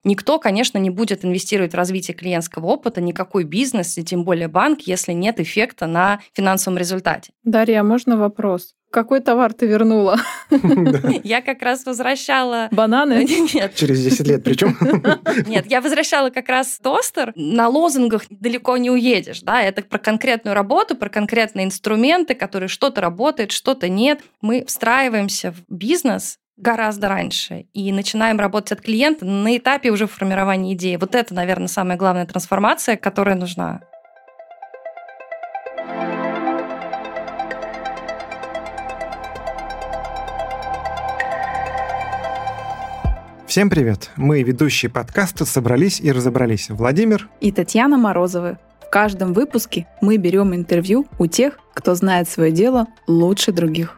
Никто, конечно, не будет инвестировать в развитие клиентского опыта, никакой бизнес, и тем более банк, если нет эффекта на финансовом результате. Дарья, можно вопрос? Какой товар ты вернула? Я как раз возвращала... Бананы? Нет. Через 10 лет причем. Нет, я возвращала как раз тостер. На лозунгах далеко не уедешь. Да? Это про конкретную работу, про конкретные инструменты, которые что-то работает, что-то нет. Мы встраиваемся в бизнес гораздо раньше и начинаем работать от клиента на этапе уже формирования идеи. Вот это, наверное, самая главная трансформация, которая нужна. Всем привет! Мы, ведущие подкаста, собрались и разобрались. Владимир и Татьяна Морозовы. В каждом выпуске мы берем интервью у тех, кто знает свое дело лучше других.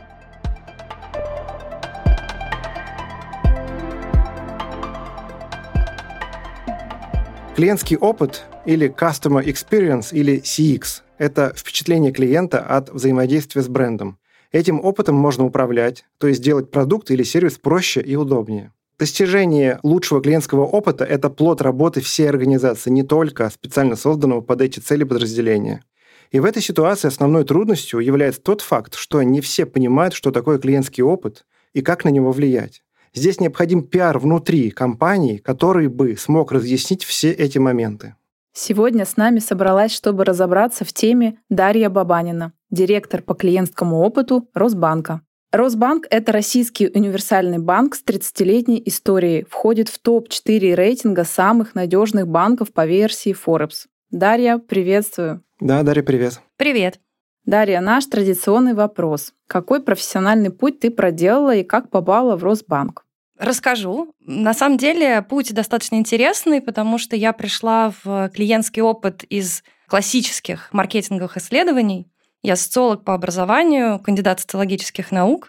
Клиентский опыт или Customer Experience или CX – это впечатление клиента от взаимодействия с брендом. Этим опытом можно управлять, то есть делать продукт или сервис проще и удобнее. Достижение лучшего клиентского опыта – это плод работы всей организации, не только специально созданного под эти цели подразделения. И в этой ситуации основной трудностью является тот факт, что не все понимают, что такое клиентский опыт и как на него влиять. Здесь необходим пиар внутри компании, который бы смог разъяснить все эти моменты. Сегодня с нами собралась, чтобы разобраться в теме, Дарья Бабанина, директор по клиентскому опыту Росбанка. Росбанк — это российский универсальный банк с 30-летней историей, входит в топ-4 рейтинга самых надежных банков по версии Forbes. Дарья, приветствую. Да, Дарья, привет. Привет. Дарья, наш традиционный вопрос. Какой профессиональный путь ты проделала и как попала в Росбанк? Расскажу. На самом деле путь достаточно интересный, потому что я пришла в клиентский опыт из классических маркетинговых исследований. Я социолог по образованию, кандидат социологических наук.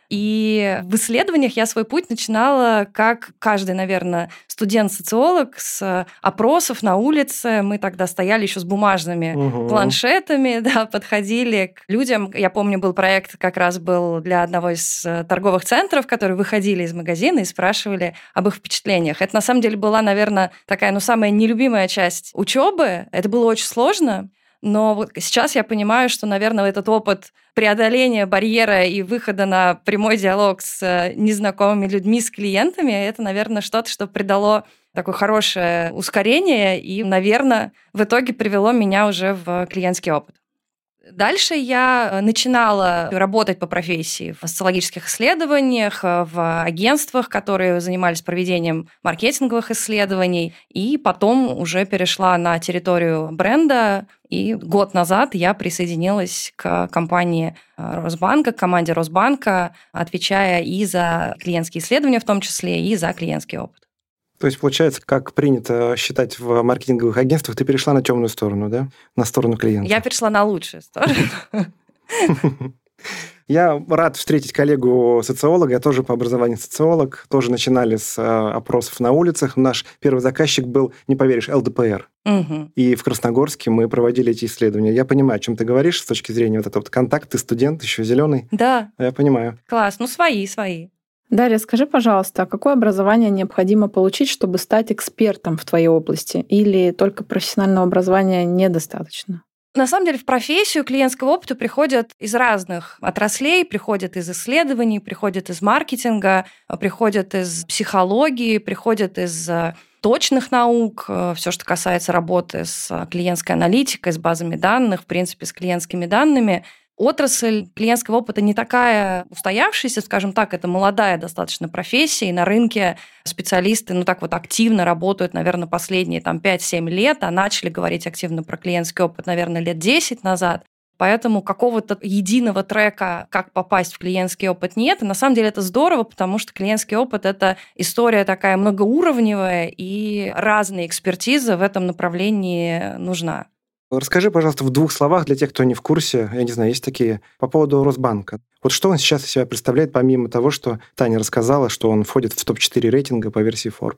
И в исследованиях я свой путь начинала, как каждый, наверное, студент-социолог, с опросов на улице. Мы тогда стояли еще с бумажными планшетами, да, подходили к людям. Я помню, был проект, как раз был для одного из торговых центров, которые выходили из магазина и спрашивали об их впечатлениях. Это, на самом деле, была, наверное, такая, самая нелюбимая часть учебы. Это было очень сложно. Но вот сейчас я понимаю, что, наверное, этот опыт преодоления барьера и выхода на прямой диалог с незнакомыми людьми, с клиентами, это, наверное, что-то, что придало такое хорошее ускорение и, наверное, в итоге привело меня уже в клиентский опыт. Дальше я начинала работать по профессии в социологических исследованиях, в агентствах, которые занимались проведением маркетинговых исследований, и потом уже перешла на территорию бренда, и год назад я присоединилась к компании Росбанка, к команде Росбанка, отвечая и за клиентские исследования в том числе, и за клиентский опыт. То есть, получается, как принято считать в маркетинговых агентствах, ты перешла на темную сторону, да? На сторону клиента. Я перешла на лучшую сторону. Я рад встретить коллегу-социолога, я тоже по образованию социолог, тоже начинали с опросов на улицах. Наш первый заказчик был, не поверишь, ЛДПР. И в Красногорске мы проводили эти исследования. Я понимаю, о чем ты говоришь с точки зрения вот этого контакта, ты студент, еще зеленый. Да. Я понимаю. Класс, свои. Дарья, скажи, пожалуйста, какое образование необходимо получить, чтобы стать экспертом в твоей области? Или только профессионального образования недостаточно? На самом деле в профессию клиентского опыта приходят из разных отраслей, приходят из исследований, приходят из маркетинга, приходят из психологии, приходят из точных наук, все, что касается работы с клиентской аналитикой, с базами данных, в принципе, с клиентскими данными. Отрасль клиентского опыта не такая устоявшаяся, скажем так, это молодая достаточно профессия, и на рынке специалисты активно работают, наверное, последние 5-7 лет, а начали говорить активно про клиентский опыт, наверное, лет 10 назад. Поэтому какого-то единого трека, как попасть в клиентский опыт, нет. И на самом деле это здорово, потому что клиентский опыт – это история такая многоуровневая, и разная экспертиза в этом направлении нужна. Расскажи, пожалуйста, в 2 словах для тех, кто не в курсе, я не знаю, есть такие, по поводу Росбанка. Вот что он сейчас из себя представляет, помимо того, что Таня рассказала, что он входит в топ-4 рейтинга по версии Forbes?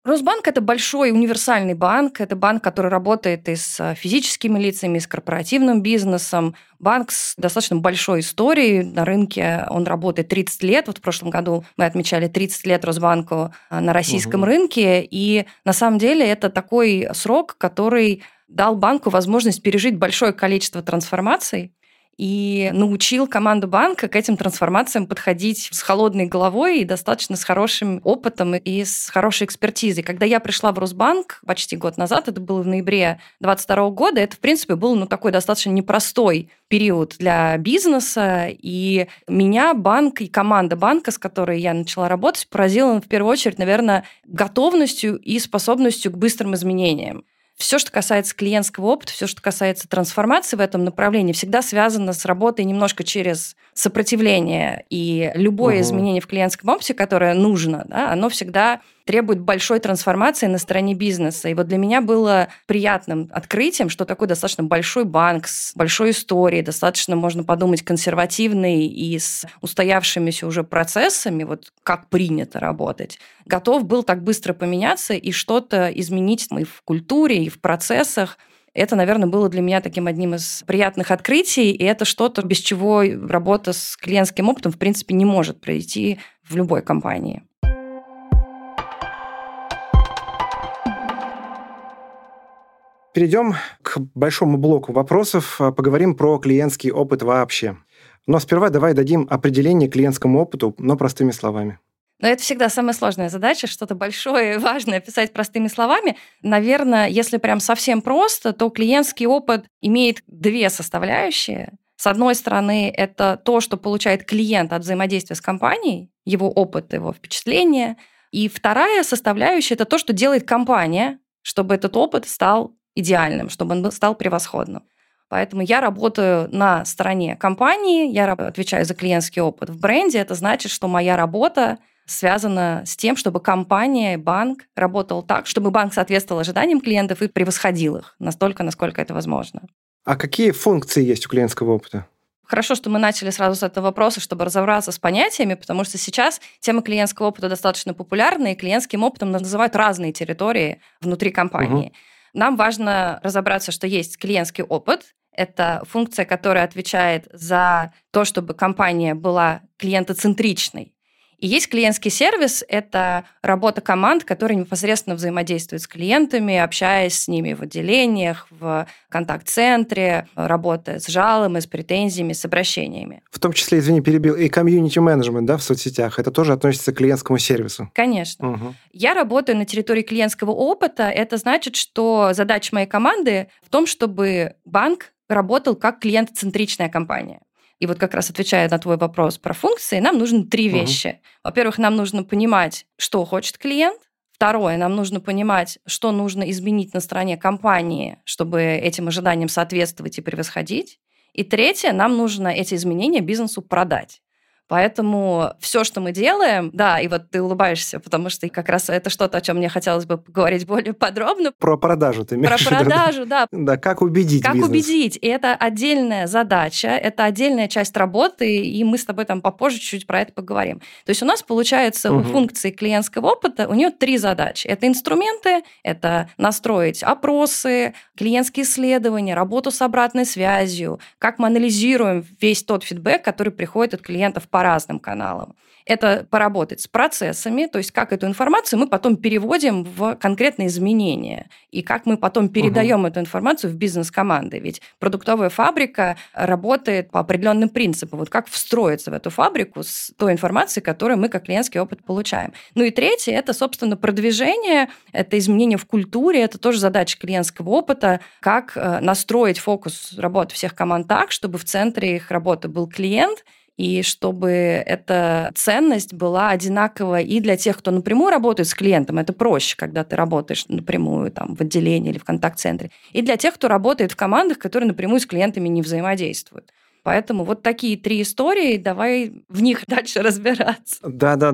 Росбанк – это большой универсальный банк. Это банк, который работает и с физическими лицами, и с корпоративным бизнесом. Банк с достаточно большой историей на рынке. Он работает 30 лет. Вот в прошлом году мы отмечали 30 лет Росбанку на российском рынке. И на самом деле это такой срок, который дал банку возможность пережить большое количество трансформаций и научил команду банка к этим трансформациям подходить с холодной головой и достаточно с хорошим опытом и с хорошей экспертизой. Когда я пришла в Росбанк почти год назад, это было в ноябре 2022 года, это, в принципе, был такой достаточно непростой период для бизнеса, и меня банк и команда банка, с которой я начала работать, поразила в первую очередь, наверное, готовностью и способностью к быстрым изменениям. Все, что касается клиентского опыта, все, что касается трансформации в этом направлении, всегда связано с работой немножко через сопротивление. И любое изменение в клиентском опыте, которое нужно, да, оно всегда требует большой трансформации на стороне бизнеса. И вот для меня было приятным открытием, что такой достаточно большой банк с большой историей, достаточно, можно подумать, консервативный и с устоявшимися уже процессами, вот как принято работать, готов был так быстро поменяться и что-то изменить и в культуре, и в процессах. Это, наверное, было для меня таким одним из приятных открытий, и это что-то, без чего работа с клиентским опытом, в принципе, не может пройти в любой компании. Перейдем к большому блоку вопросов. Поговорим про клиентский опыт вообще. Но сперва давай дадим определение клиентскому опыту, но простыми словами. Но это всегда самая сложная задача, что-то большое и важное описать простыми словами. Наверное, если прям совсем просто, то клиентский опыт имеет две составляющие. С одной стороны, это то, что получает клиент от взаимодействия с компанией, его опыт, его впечатления. И вторая составляющая – это то, что делает компания, чтобы этот опыт стал идеальным, чтобы он стал превосходным. Поэтому я работаю на стороне компании, я отвечаю за клиентский опыт в бренде. Это значит, что моя работа связана с тем, чтобы компания, банк работал так, чтобы банк соответствовал ожиданиям клиентов и превосходил их настолько, насколько это возможно. А какие функции есть у клиентского опыта? Хорошо, что мы начали сразу с этого вопроса, чтобы разобраться с понятиями, потому что сейчас тема клиентского опыта достаточно популярна, и клиентским опытом называют разные территории внутри компании. Нам важно разобраться, что есть клиентский опыт. Это функция, которая отвечает за то, чтобы компания была клиентоцентричной. И есть клиентский сервис – это работа команд, которые непосредственно взаимодействуют с клиентами, общаясь с ними в отделениях, в контакт-центре, работая с жалобами, с претензиями, с обращениями. В том числе, извини, перебил, и комьюнити-менеджмент, да, в соцсетях. Это тоже относится к клиентскому сервису? Конечно. Я работаю на территории клиентского опыта. Это значит, что задача моей команды в том, чтобы банк работал как клиентоцентричная компания. И вот как раз отвечая на твой вопрос про функции, нам нужно три вещи. Во-первых, нам нужно понимать, что хочет клиент. Второе, нам нужно понимать, что нужно изменить на стороне компании, чтобы этим ожиданиям соответствовать и превосходить. И третье, нам нужно эти изменения бизнесу продать. Поэтому все, что мы делаем, да, и вот ты улыбаешься, потому что как раз это что-то, о чем мне хотелось бы поговорить более подробно. Про продажу ты имеешь в виду? Про продажу, да. Да, как убедить бизнес. Как убедить. И это отдельная задача, это отдельная часть работы, и мы с тобой там попозже чуть-чуть про это поговорим. То есть у нас получается у функции клиентского опыта, у нее три задачи. Это инструменты, это настроить опросы, клиентские исследования, работу с обратной связью, как мы анализируем весь тот фидбэк, который приходит от клиентов по разным каналам. Это поработать с процессами, то есть как эту информацию мы потом переводим в конкретные изменения, и как мы потом передаем эту информацию в бизнес-команды. Ведь продуктовая фабрика работает по определенным принципам. Вот как встроиться в эту фабрику с той информацией, которую мы как клиентский опыт получаем. Ну и третье – это, собственно, продвижение, это изменение в культуре, это тоже задача клиентского опыта, как настроить фокус работы всех команд так, чтобы в центре их работы был клиент, и чтобы эта ценность была одинакова и для тех, кто напрямую работает с клиентом, это проще, когда ты работаешь напрямую там, в отделении или в контакт-центре, и для тех, кто работает в командах, которые напрямую с клиентами не взаимодействуют. Поэтому вот такие три истории, давай в них дальше разбираться. Да.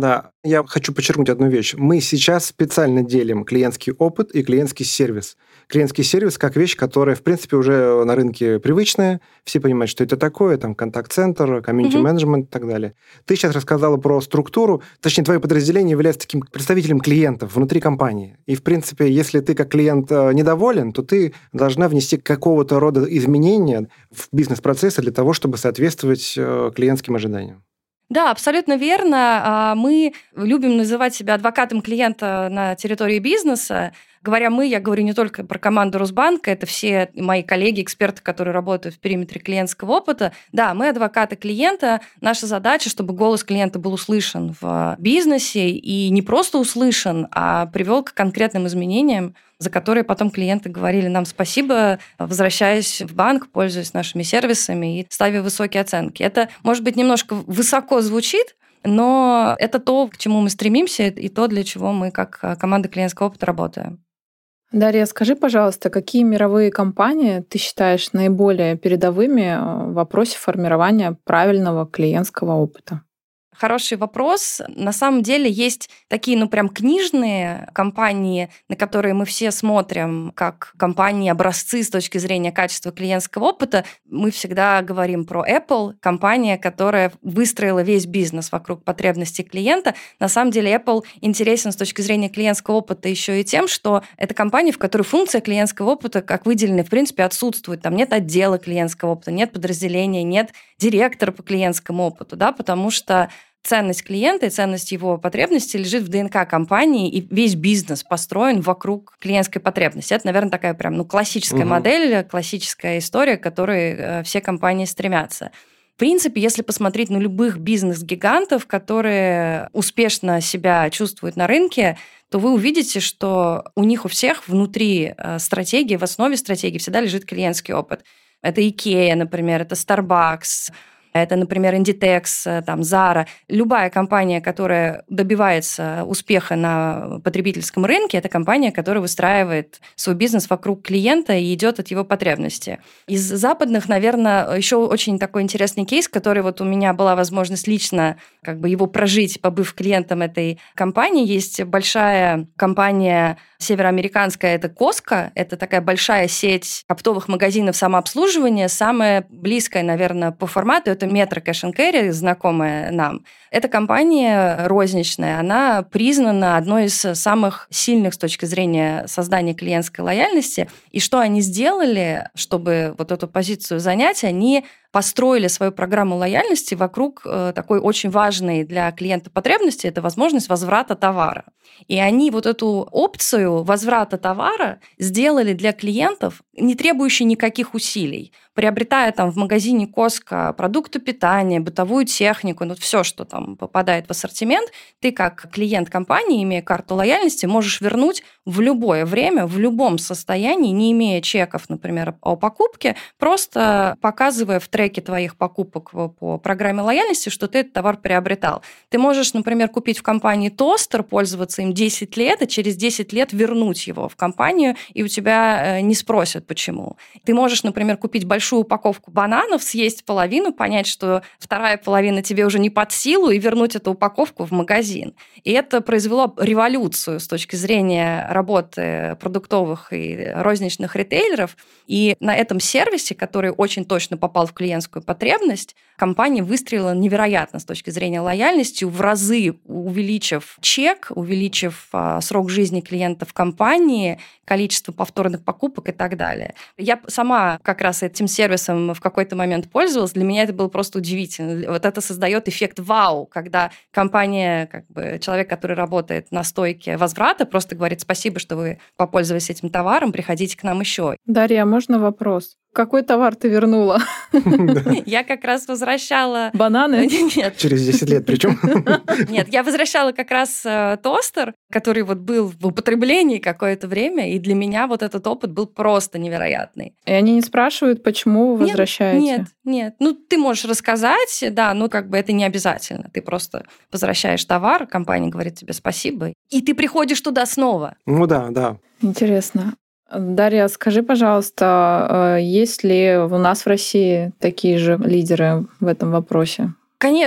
Я хочу подчеркнуть одну вещь. Мы сейчас специально делим клиентский опыт и клиентский сервис. Клиентский сервис как вещь, которая, в принципе, уже на рынке привычная. Все понимают, что это такое, там, контакт-центр, комьюнити-менеджмент и так далее. Ты сейчас рассказала про структуру, точнее, твое подразделение является таким представителем клиентов внутри компании. И, в принципе, если ты как клиент недоволен, то ты должна внести какого-то рода изменения в бизнес-процессы для того, чтобы соответствовать клиентским ожиданиям. Да, абсолютно верно. Мы любим называть себя адвокатом клиента на территории бизнеса. Говоря «мы», я говорю не только про команду Росбанка, это все мои коллеги, эксперты, которые работают в периметре клиентского опыта. Да, мы адвокаты клиента. Наша задача, чтобы голос клиента был услышан в бизнесе, и не просто услышан, а привел к конкретным изменениям, за которые потом клиенты говорили нам спасибо, возвращаясь в банк, пользуясь нашими сервисами и ставя высокие оценки. Это, может быть, немножко высоко звучит, но это то, к чему мы стремимся, и то, для чего мы, как команда клиентского опыта, работаем. Дарья, скажи, пожалуйста, какие мировые компании ты считаешь наиболее передовыми в вопросе формирования правильного клиентского опыта? Хороший вопрос. На самом деле есть такие, прям книжные компании, на которые мы все смотрим, как компании-образцы с точки зрения качества клиентского опыта. Мы всегда говорим про Apple, компания, которая выстроила весь бизнес вокруг потребностей клиента. На самом деле Apple интересен с точки зрения клиентского опыта еще и тем, что это компания, в которой функция клиентского опыта, как выделенная, в принципе, отсутствует. Там нет отдела клиентского опыта, нет подразделения, нет директора по клиентскому опыту, да, потому что ценность клиента и ценность его потребностей лежит в ДНК компании, и весь бизнес построен вокруг клиентской потребности. Это, наверное, такая прям классическая модель, классическая история, к которой все компании стремятся. В принципе, если посмотреть на любых бизнес-гигантов, которые успешно себя чувствуют на рынке, то вы увидите, что у них у всех внутри стратегии, в основе стратегии всегда лежит клиентский опыт. Это IKEA, например, это Starbucks, это, например, Inditex, там, Zara. Любая компания, которая добивается успеха на потребительском рынке, это компания, которая выстраивает свой бизнес вокруг клиента и идет от его потребности. Из западных, наверное, еще очень такой интересный кейс, который вот у меня была возможность лично его прожить, побыв клиентом этой компании. Есть большая компания североамериканская, это Costco. Это такая большая сеть оптовых магазинов самообслуживания. Самая близкая, наверное, по формату это Metro Cash & Carry, знакомая нам. Эта компания розничная, она признана одной из самых сильных с точки зрения создания клиентской лояльности. И что они сделали, чтобы вот эту позицию занять, они построили свою программу лояльности вокруг такой очень важной для клиента потребности – это возможность возврата товара. И они вот эту опцию возврата товара сделали для клиентов, не требующей никаких усилий. Приобретая там в магазине Costco продукты питания, бытовую технику, все, что там попадает в ассортимент, ты как клиент компании, имея карту лояльности, можешь вернуть в любое время, в любом состоянии, не имея чеков, например, о покупке, просто показывая в треке твоих покупок по программе лояльности, что ты этот товар приобретал. Ты можешь, например, купить в компании тостер, пользоваться им 10 лет, и через 10 лет вернуть его в компанию, и у тебя не спросят, почему. Ты можешь, например, купить большую упаковку бананов, съесть половину, понять, что вторая половина тебе уже не под силу, и вернуть эту упаковку в магазин. И это произвело революцию с точки зрения работы продуктовых и розничных ритейлеров. И на этом сервисе, который очень точно попал в клиентскую потребность, компания выстрелила невероятно с точки зрения лояльности, в разы увеличив чек, увеличив срок жизни клиента в компании, количество повторных покупок и так далее. Я сама как раз этим сервисом в какой-то момент пользовалась. Для меня это было просто удивительно. Вот это создает эффект вау, когда компания, человек, который работает на стойке возврата, просто говорит: спасибо, что вы попользовались этим товаром, приходите к нам еще. Дарья, можно вопрос? Какой товар ты вернула? Я как раз возвращала... Бананы? Нет. Через 10 лет причем? Нет, я возвращала как раз тостер, который был в употреблении какое-то время, и для меня вот этот опыт был просто невероятный. И они не спрашивают, почему вы возвращаете? Нет. Ты можешь рассказать, да, это не обязательно. Ты просто возвращаешь товар, компания говорит тебе спасибо, и ты приходишь туда снова. Да. Интересно. Дарья, скажи, пожалуйста, есть ли у нас в России такие же лидеры в этом вопросе? Конечно.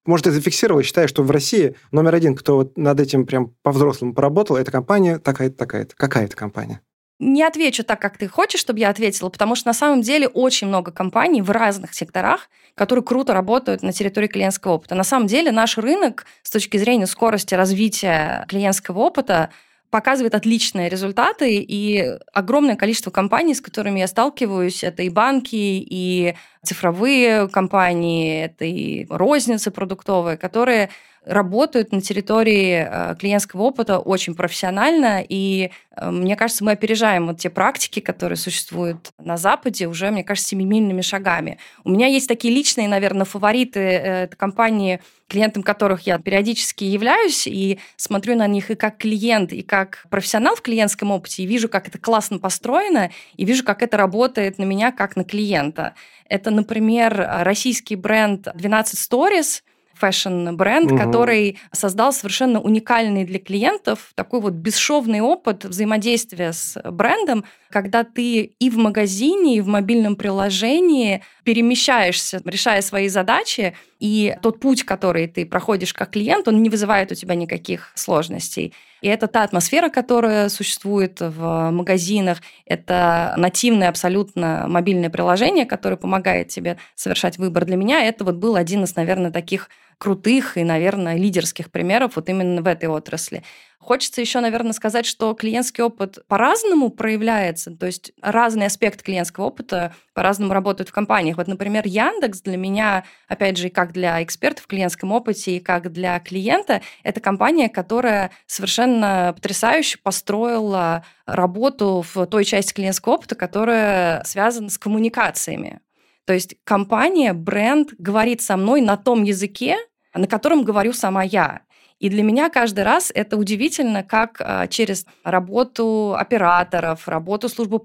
Может, ты зафиксировал, считаешь, что в России номер один, кто вот над этим прям по-взрослому поработал, это компания такая-то, такая-то. Какая это компания? Не отвечу так, как ты хочешь, чтобы я ответила, потому что на самом деле очень много компаний в разных секторах, которые круто работают на территории клиентского опыта. На самом деле наш рынок с точки зрения скорости развития клиентского опыта показывает отличные результаты, и огромное количество компаний, с которыми я сталкиваюсь, это и банки, и цифровые компании, это и розницы продуктовые, которые работают на территории клиентского опыта очень профессионально, и мне кажется, мы опережаем вот те практики, которые существуют на Западе уже, мне кажется, семимильными шагами. У меня есть такие личные, наверное, фавориты. Это компании, клиентом которых я периодически являюсь, и смотрю на них и как клиент, и как профессионал в клиентском опыте, и вижу, как это классно построено, и вижу, как это работает на меня, как на клиента. Это, например, российский бренд 12 Stories, фэшн-бренд, который создал совершенно уникальный для клиентов такой вот бесшовный опыт взаимодействия с брендом, когда ты и в магазине, и в мобильном приложении перемещаешься, решая свои задачи, и тот путь, который ты проходишь как клиент, он не вызывает у тебя никаких сложностей. И это та атмосфера, которая существует в магазинах, это нативное абсолютно мобильное приложение, которое помогает тебе совершать выбор. Для меня это вот был один из, наверное, таких крутых и, наверное, лидерских примеров вот именно в этой отрасли. Хочется еще, наверное, сказать, что клиентский опыт по-разному проявляется, то есть разный аспект клиентского опыта по-разному работают в компаниях. Вот, например, Яндекс для меня, опять же, и как для экспертов в клиентском опыте, и как для клиента, это компания, которая совершенно потрясающе построила работу в той части клиентского опыта, которая связана с коммуникациями. То есть компания, бренд говорит со мной на том языке, на котором говорю сама я. И для меня каждый раз это удивительно, как через работу операторов, работу службы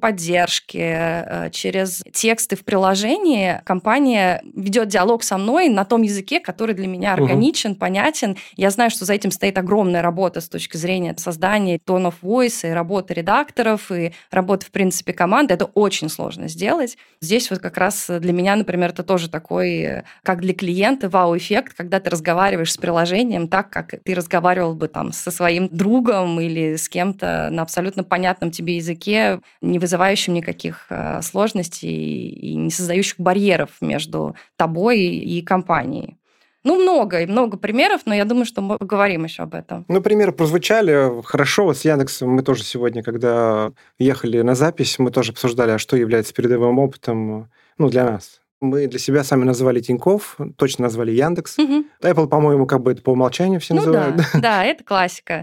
поддержки, через тексты в приложении компания ведет диалог со мной на том языке, который для меня органичен, понятен. Я знаю, что за этим стоит огромная работа с точки зрения создания tone of voice, и работы редакторов, и работы, в принципе, команды. Это очень сложно сделать. Здесь вот как раз для меня, например, это тоже такой, как для клиента, вау-эффект, когда ты разговариваешь с приложением так, как ты разговаривал бы там со своим другом или с кем-то на абсолютно понятном тебе языке, не вызывающем никаких сложностей и не создающих барьеров между тобой и компанией. Много примеров, но я думаю, что мы поговорим еще об этом. Примеры прозвучали хорошо. Вот с Яндексом мы тоже сегодня, когда ехали на запись, мы тоже обсуждали, а что является передовым опытом для нас. Мы для себя сами назвали Тинькофф, точно назвали Яндекс. Apple, по-моему, как бы это по умолчанию все называют. Да, это классика.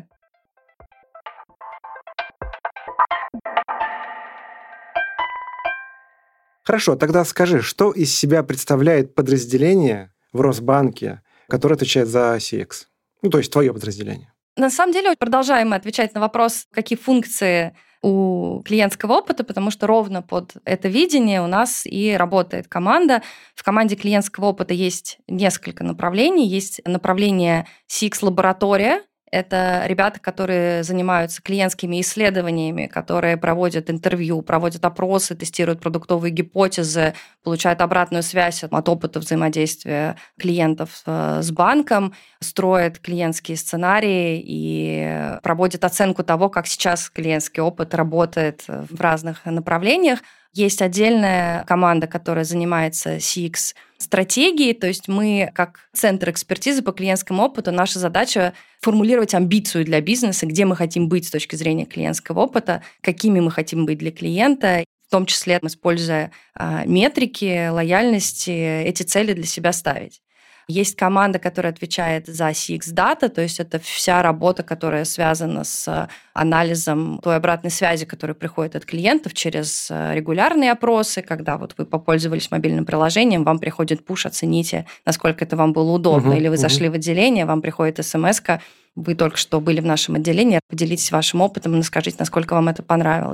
Хорошо, тогда скажи, что из себя представляет подразделение в Росбанке, которое отвечает за CX? То есть твое подразделение. На самом деле, продолжаем мы отвечать на вопрос, какие функции у клиентского опыта, потому что ровно под это видение у нас и работает команда. В команде клиентского опыта есть несколько направлений. Есть направление CX-лаборатория. Это ребята, которые занимаются клиентскими исследованиями, которые проводят интервью, проводят опросы, тестируют продуктовые гипотезы, получают обратную связь от опыта взаимодействия клиентов с банком, строят клиентские сценарии и проводят оценку того, как сейчас клиентский опыт работает в разных направлениях. Есть отдельная команда, которая занимается CX-стратегией, то есть мы, как центр экспертизы по клиентскому опыту, наша задача формулировать амбицию для бизнеса, где мы хотим быть с точки зрения клиентского опыта, какими мы хотим быть для клиента, в том числе используя метрики, лояльности, эти цели для себя ставить. Есть команда, которая отвечает за CX-дата, то есть это вся работа, которая связана с анализом той обратной связи, которая приходит от клиентов через регулярные опросы, когда вот вы попользовались мобильным приложением, вам приходит пуш, оцените, насколько это вам было удобно, или вы зашли в отделение, вам приходит смс-ка, вы только что были в нашем отделении, поделитесь вашим опытом и скажите, насколько вам это понравилось.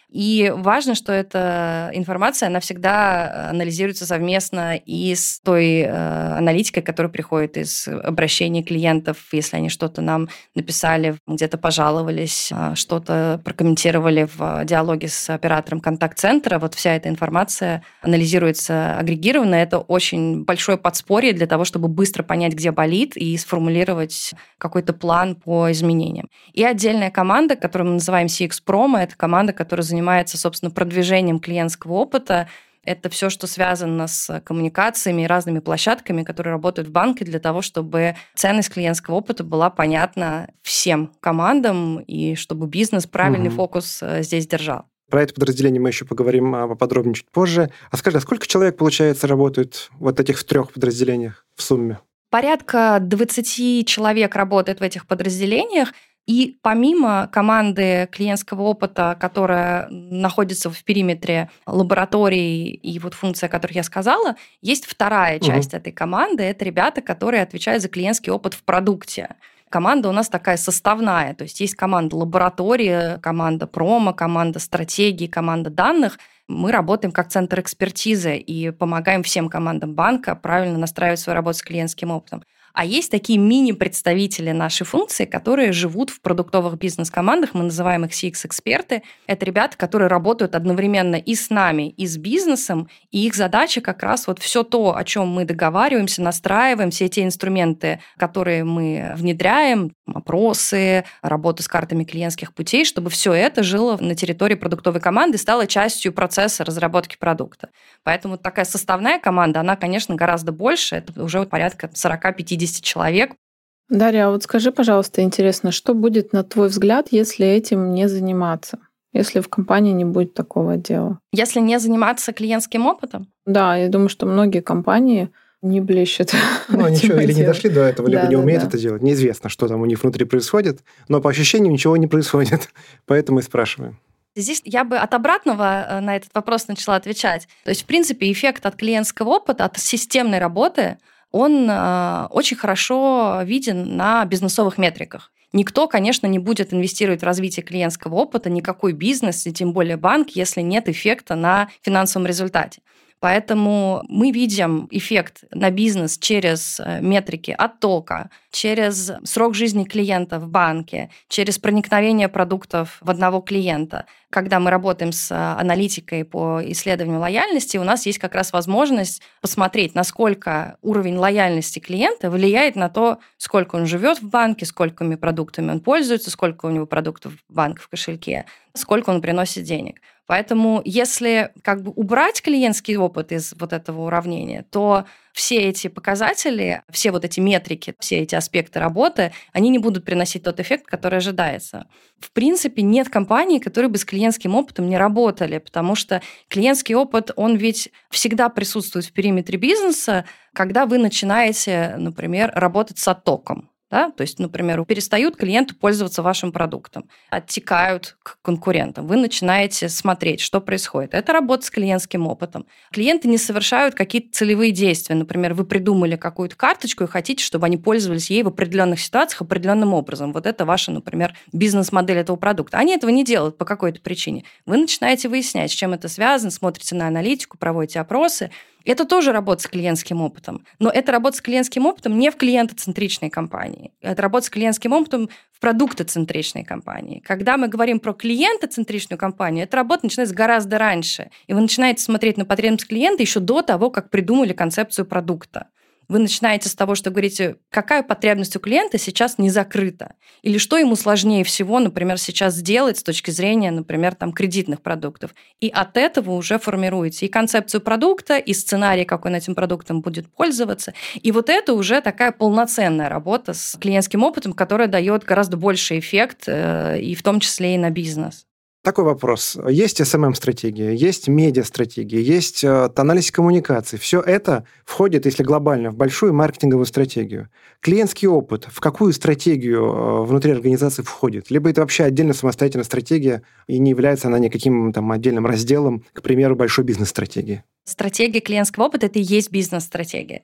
И важно, что эта информация, она всегда анализируется совместно и с той аналитикой, которая приходит из обращений клиентов, если они что-то нам написали, где-то пожаловались, что-то прокомментировали в диалоге с оператором контакт-центра. Вот вся эта информация анализируется агрегированно. Это очень большое подспорье для того, чтобы быстро понять, где болит, и сформулировать какой-то план по изменениям. И отдельная команда, которую мы называем CX Promo, это команда, которая занимается, собственно, продвижением клиентского опыта. Это все, что связано с коммуникациями и разными площадками, которые работают в банке для того, чтобы ценность клиентского опыта была понятна всем командам и чтобы бизнес правильный фокус здесь держал. Про это подразделение мы еще поговорим поподробнее чуть позже. А скажи, а сколько человек, получается, работает вот этих в 3 подразделениях в сумме? Порядка 20 человек работает в этих подразделениях. И помимо команды клиентского опыта, которая находится в периметре лабораторий и вот функции, о которых я сказала, есть вторая часть этой команды. Это ребята, которые отвечают за клиентский опыт в продукте. Команда у нас такая составная, то есть есть команда лаборатории, команда промо, команда стратегии, команда данных. Мы работаем как центр экспертизы и помогаем всем командам банка правильно настраивать свою работу с клиентским опытом. А есть такие мини-представители нашей функции, которые живут в продуктовых бизнес-командах, мы называем их CX-эксперты. Это ребята, которые работают одновременно и с нами, и с бизнесом, и их задача как раз вот все то, о чем мы договариваемся, настраиваем, все те инструменты, которые мы внедряем, опросы, работу с картами клиентских путей, чтобы все это жило на территории продуктовой команды и стало частью процесса разработки продукта. Поэтому такая составная команда, она, конечно, гораздо больше, это уже порядка 40-50 человек. Дарья, а вот скажи, пожалуйста, интересно, что будет, на твой взгляд, если этим не заниматься? Если в компании не будет такого отдела? Если не заниматься клиентским опытом? Да, я думаю, что многие компании не блещут. Ну, ничего, или не дошли до этого, либо не умеют это делать. Неизвестно, что там у них внутри происходит, но по ощущениям ничего не происходит. Поэтому и спрашиваем. Здесь я бы от обратного на этот вопрос начала отвечать. То есть, в принципе, эффект от клиентского опыта, от системной работы, он очень хорошо виден на бизнесовых метриках. Никто, конечно, не будет инвестировать в развитие клиентского опыта, никакой бизнес, и тем более банк, если нет эффекта на финансовом результате. Поэтому мы видим эффект на бизнес через метрики оттока, через срок жизни клиента в банке, через проникновение продуктов в одного клиента. Когда мы работаем с аналитикой по исследованию лояльности, у нас есть как раз возможность посмотреть, насколько уровень лояльности клиента влияет на то, сколько он живет в банке, сколькими продуктами он пользуется, сколько у него продуктов банка в кошельке, сколько он приносит денег. Поэтому если как бы убрать клиентский опыт из вот этого уравнения, то все эти показатели, все вот эти метрики, все эти аспекты работы, они не будут приносить тот эффект, который ожидается. В принципе, нет компаний, которые бы с клиентским опытом не работали, потому что клиентский опыт, он ведь всегда присутствует в периметре бизнеса, когда вы начинаете, например, работать с оттоком. Да? То есть, например, перестают клиенты пользоваться вашим продуктом, оттекают к конкурентам. Вы начинаете смотреть, что происходит. Это работа с клиентским опытом. Клиенты не совершают какие-то целевые действия. Например, вы придумали какую-то карточку и хотите, чтобы они пользовались ей в определенных ситуациях определенным образом. Вот это ваша, например, бизнес-модель этого продукта. Они этого не делают по какой-то причине. Вы начинаете выяснять, с чем это связано, смотрите на аналитику, проводите опросы. Это тоже работа с клиентским опытом. Но это работа с клиентским опытом не в клиентоцентричной компании. Это работа с клиентским опытом в продуктоцентричной компании. Когда мы говорим про клиентоцентричную компанию, эта работа начинается гораздо раньше. И вы начинаете смотреть на потребность клиента еще до того, как придумали концепцию продукта. Вы начинаете с того, что говорите, какая потребность у клиента сейчас не закрыта, или что ему сложнее всего, например, сейчас сделать с точки зрения, например, там, кредитных продуктов. И от этого уже формируете и концепцию продукта, и сценарий, как он этим продуктом будет пользоваться. И вот это уже такая полноценная работа с клиентским опытом, которая дает гораздо больший эффект, и в том числе и на бизнес. Такой вопрос. Есть SMM-стратегия, есть медиа-стратегия, есть анализ коммуникаций. Все это входит, если глобально, в большую маркетинговую стратегию. Клиентский опыт в какую стратегию внутри организации входит? Либо это вообще отдельно самостоятельная стратегия, и не является она никаким там отдельным разделом, к примеру, большой бизнес-стратегии? Стратегия клиентского опыта – это и есть бизнес-стратегия.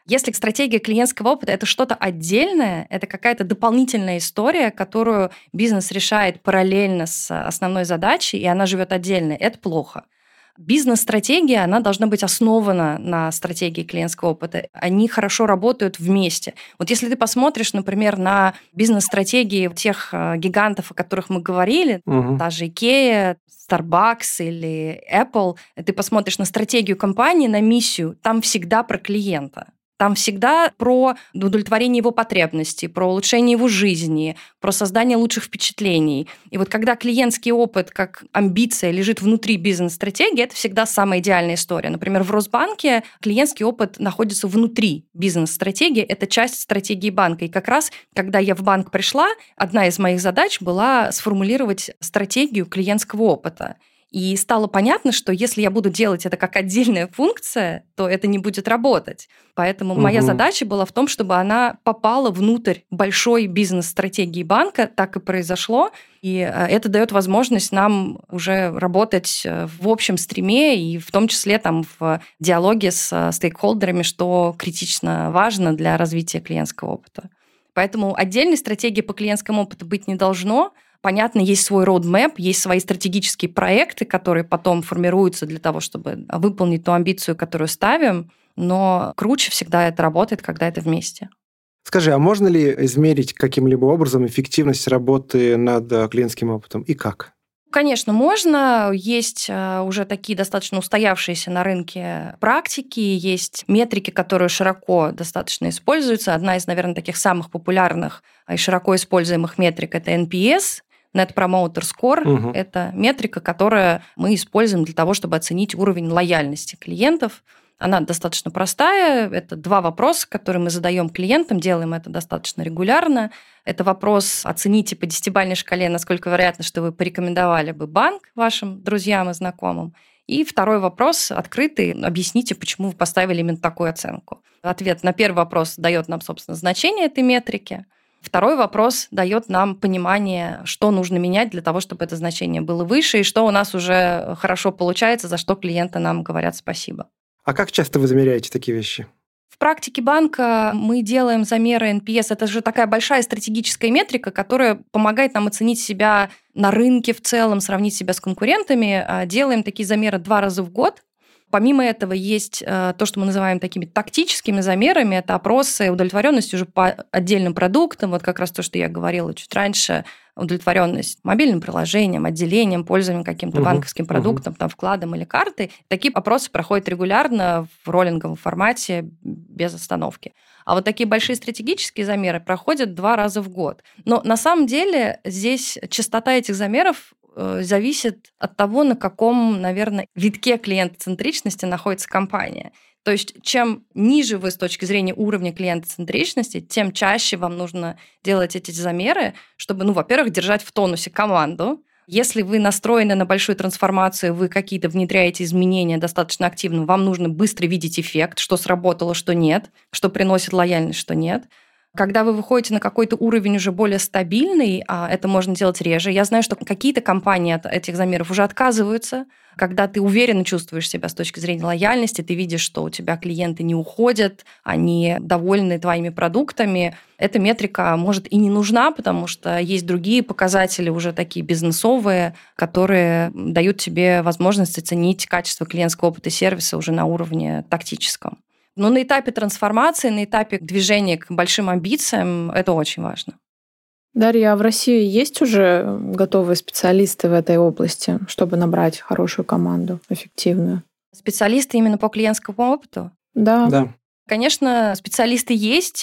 Если стратегия клиентского опыта — это что-то отдельное, это какая-то дополнительная история, которую бизнес решает параллельно с основной задачей, и она живет отдельно, это плохо. Бизнес-стратегия, она должна быть основана на стратегии клиентского опыта. Они хорошо работают вместе. Вот если ты посмотришь, например, на бизнес-стратегии тех гигантов, о которых мы говорили, та же IKEA, Starbucks или Apple, ты посмотришь на стратегию компании, на миссию, там всегда про клиента. Там всегда про удовлетворение его потребностей, про улучшение его жизни, про создание лучших впечатлений. И вот когда клиентский опыт как амбиция лежит внутри бизнес-стратегии, это всегда самая идеальная история. Например, в Росбанке клиентский опыт находится внутри бизнес-стратегии, это часть стратегии банка. И как раз, когда я в банк пришла, одна из моих задач была сформулировать стратегию клиентского опыта. И стало понятно, что если я буду делать это как отдельная функция, то это не будет работать. Поэтому моя задача была в том, чтобы она попала внутрь большой бизнес-стратегии банка. Так и произошло. И это дает возможность нам уже работать в общем стриме и в том числе там, в диалоге с стейкхолдерами, что критично важно для развития клиентского опыта. Поэтому отдельной стратегии по клиентскому опыту быть не должно. Понятно, есть свой roadmap, есть свои стратегические проекты, которые потом формируются для того, чтобы выполнить ту амбицию, которую ставим, но круче всегда это работает, когда это вместе. Скажи, а можно ли измерить каким-либо образом эффективность работы над клиентским опытом и как? Конечно, можно. Есть уже такие достаточно устоявшиеся на рынке практики, есть метрики, которые широко достаточно используются. Одна из, наверное, таких самых популярных и широко используемых метрик – это NPS, Net Promoter Score. Это метрика, которую мы используем для того, чтобы оценить уровень лояльности клиентов. Она достаточно простая. Это 2 вопроса, которые мы задаем клиентам, делаем это достаточно регулярно. Это вопрос: оцените по 10-бальной шкале, насколько вероятно, что вы порекомендовали бы банк вашим друзьям и знакомым. И второй вопрос открытый: объясните, почему вы поставили именно такую оценку. Ответ на первый вопрос дает нам, собственно, значение этой метрики. Второй вопрос дает нам понимание, что нужно менять для того, чтобы это значение было выше, и что у нас уже хорошо получается, за что клиенты нам говорят спасибо. А как часто вы замеряете такие вещи? В практике банка мы делаем замеры NPS. Это же такая большая стратегическая метрика, которая помогает нам оценить себя на рынке в целом, сравнить себя с конкурентами. Делаем такие замеры 2 раза в год. Помимо этого есть то, что мы называем такими тактическими замерами. Это опросы удовлетворенности уже по отдельным продуктам. Вот как раз то, что я говорила чуть раньше. Удовлетворенность мобильным приложением, отделением, пользованием каким-то банковским продуктом, там, вкладом или картой. Такие опросы проходят регулярно в роллинговом формате без остановки. А вот такие большие стратегические замеры проходят 2 раза в год. Но на самом деле здесь частота этих замеров зависит от того, на каком, наверное, витке клиентоцентричности находится компания. То есть чем ниже вы с точки зрения уровня клиентоцентричности, тем чаще вам нужно делать эти замеры, чтобы, во-первых, держать в тонусе команду. Если вы настроены на большую трансформацию, вы какие-то внедряете изменения достаточно активно, вам нужно быстро видеть эффект, что сработало, что нет, что приносит лояльность, что нет. Когда вы выходите на какой-то уровень уже более стабильный, а это можно делать реже, я знаю, что какие-то компании от этих замеров уже отказываются. Когда ты уверенно чувствуешь себя с точки зрения лояльности, ты видишь, что у тебя клиенты не уходят, они довольны твоими продуктами, эта метрика может и не нужна, потому что есть другие показатели, уже такие бизнесовые, которые дают тебе возможность оценить качество клиентского опыта и сервиса уже на уровне тактическом. Но на этапе трансформации, на этапе движения к большим амбициям это очень важно. Дарья, а в России есть уже готовые специалисты в этой области, чтобы набрать хорошую команду, эффективную? Специалисты именно по клиентскому опыту? Да. Конечно, специалисты есть,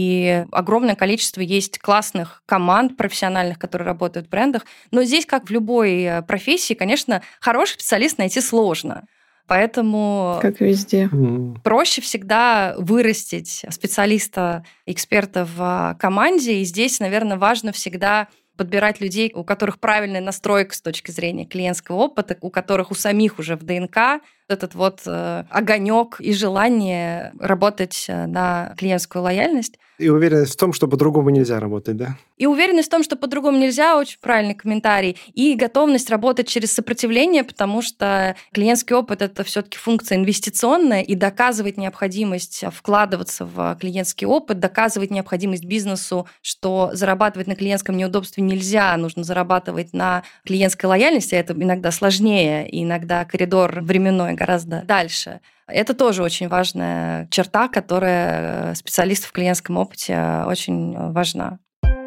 и огромное количество есть классных команд профессиональных, которые работают в брендах. Но здесь, как в любой профессии, конечно, хороший специалист найти сложно. Поэтому как везде. Проще всегда вырастить специалиста, эксперта в команде. И здесь, наверное, важно всегда подбирать людей, у которых правильная настройка с точки зрения клиентского опыта, у которых у самих уже в ДНК этот вот огонек и желание работать на клиентскую лояльность. И уверенность в том, что по-другому нельзя работать, да? И уверенность в том, что по-другому нельзя, очень правильный комментарий. И готовность работать через сопротивление, потому что клиентский опыт – это все-таки функция инвестиционная, и доказывать необходимость вкладываться в клиентский опыт, доказывать необходимость бизнесу, что зарабатывать на клиентском неудобстве нельзя, нужно зарабатывать на клиентской лояльности, это иногда сложнее, и иногда коридор временной гораздо дальше. Это тоже очень важная черта, которая специалистов в клиентском опыте очень важна.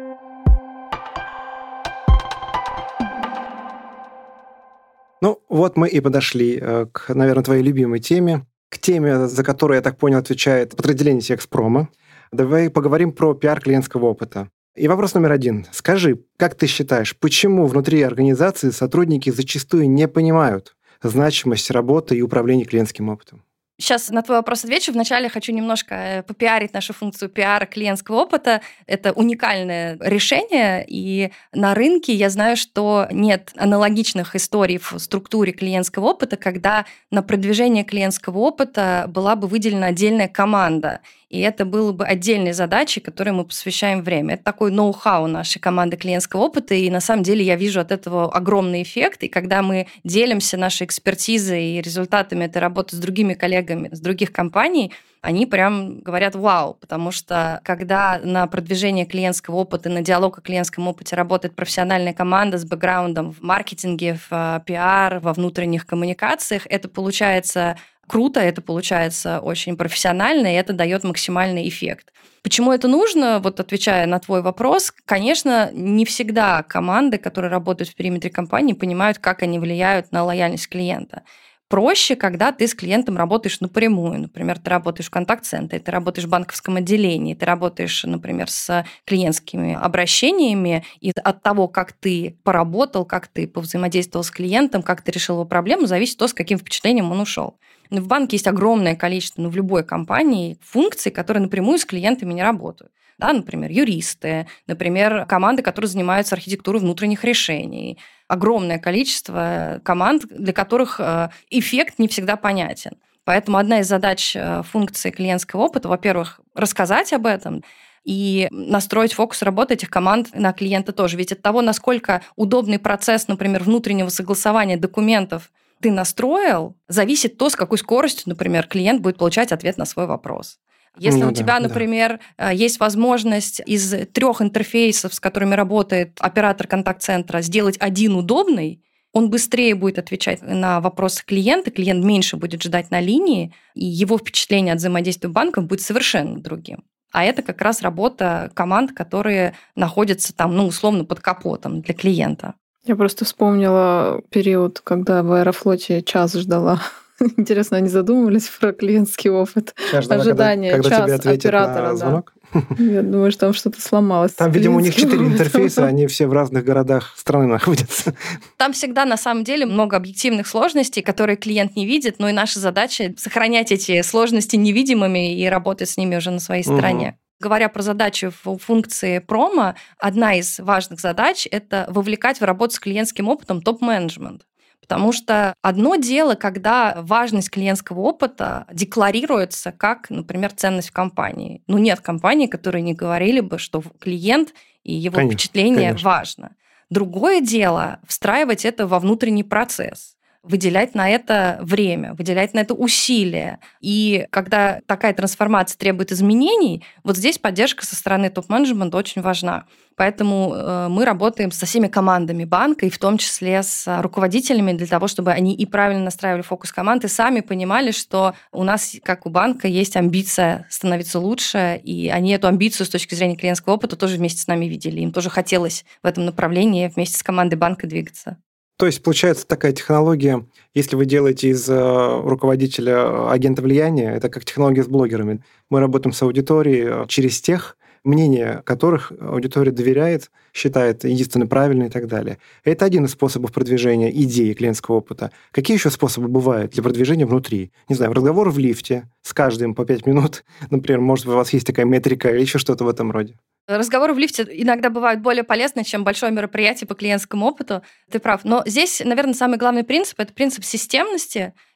Ну, вот мы и подошли к, наверное, твоей любимой теме, к теме, за которую, я так понял, отвечает подразделение Секспрома. Давай поговорим про пиар клиентского опыта. И вопрос номер 1. Скажи, как ты считаешь, почему внутри организации сотрудники зачастую не понимают значимость работы и управления клиентским опытом? Сейчас на твой вопрос отвечу. Вначале хочу немножко попиарить нашу функцию пиара клиентского опыта. Это уникальное решение, и на рынке я знаю, что нет аналогичных историй в структуре клиентского опыта, когда на продвижение клиентского опыта была бы выделена отдельная команда. И это было бы отдельной задачей, которой мы посвящаем время. Это такой ноу-хау нашей команды клиентского опыта, и на самом деле я вижу от этого огромный эффект. И когда мы делимся нашей экспертизой и результатами этой работы с другими коллегами, с других компаний, они прям говорят «вау», потому что когда на продвижение клиентского опыта, на диалог о клиентском опыте работает профессиональная команда с бэкграундом в маркетинге, в пиар, во внутренних коммуникациях, это получается круто, это получается очень профессионально, и это дает максимальный эффект. Почему это нужно? Вот отвечая на твой вопрос, конечно, не всегда команды, которые работают в периметре компании, понимают, как они влияют на лояльность клиента. Проще, когда ты с клиентом работаешь напрямую. Например, ты работаешь в контакт-центре, ты работаешь в банковском отделении, ты работаешь, например, с клиентскими обращениями, и от того, как ты поработал, как ты повзаимодействовал с клиентом, как ты решил его проблему, зависит то, с каким впечатлением он ушел. В банке есть огромное количество, в любой компании, функций, которые напрямую с клиентами не работают. Да, например, юристы, например, команды, которые занимаются архитектурой внутренних решений. Огромное количество команд, для которых эффект не всегда понятен. Поэтому одна из задач функции клиентского опыта, во-первых, рассказать об этом, и настроить фокус работы этих команд на клиента тоже. Ведь от того, насколько удобный процесс, например, внутреннего согласования документов ты настроил, зависит то, с какой скоростью, например, клиент будет получать ответ на свой вопрос. Если у тебя, например, есть возможность из 3 интерфейсов, с которыми работает оператор контакт-центра, сделать один удобный, он быстрее будет отвечать на вопросы клиента, клиент меньше будет ждать на линии, и его впечатление от взаимодействия банков будет совершенно другим. А это как раз работа команд, которые находятся там, условно, под капотом для клиента. Я просто вспомнила период, когда в Аэрофлоте час ждала. Интересно, они задумывались про клиентский опыт? Ожидание, когда час тебе ответят оператора. на звонок? Я думаю, что там что-то сломалось. Там, видимо, у них 4 интерфейса, они все в разных городах страны находятся. Там всегда, на самом деле, много объективных сложностей, которые клиент не видит, но и наша задача сохранять эти сложности невидимыми и работать с ними уже на своей стороне. Говоря про задачи в функции промо, одна из важных задач – это вовлекать в работу с клиентским опытом топ-менеджмент. Потому что одно дело, когда важность клиентского опыта декларируется как, например, ценность в компании. Нет компании, которые не говорили бы, что клиент и его впечатление важно. Другое дело – встраивать это во внутренний процесс, выделять на это время, выделять на это усилия. И когда такая трансформация требует изменений, вот здесь поддержка со стороны топ-менеджмента очень важна. Поэтому мы работаем со всеми командами банка, и в том числе с руководителями, для того, чтобы они и правильно настраивали фокус команд, и сами понимали, что у нас, как у банка, есть амбиция становиться лучше, и они эту амбицию с точки зрения клиентского опыта тоже вместе с нами видели. Им тоже хотелось в этом направлении вместе с командой банка двигаться. То есть, получается, такая технология, если вы делаете из руководителя агента влияния, это как технология с блогерами. Мы работаем с аудиторией через тех, мнение которых аудитория доверяет, считает единственно правильным и так далее. Это один из способов продвижения идеи клиентского опыта. Какие еще способы бывают для продвижения внутри? Не знаю, разговор в лифте с каждым по 5 минут, например, может, у вас есть такая метрика или еще что-то в этом роде? Разговоры в лифте иногда бывают более полезны, чем большое мероприятие по клиентскому опыту. Ты прав. Но здесь, наверное, самый главный принцип – это принцип системности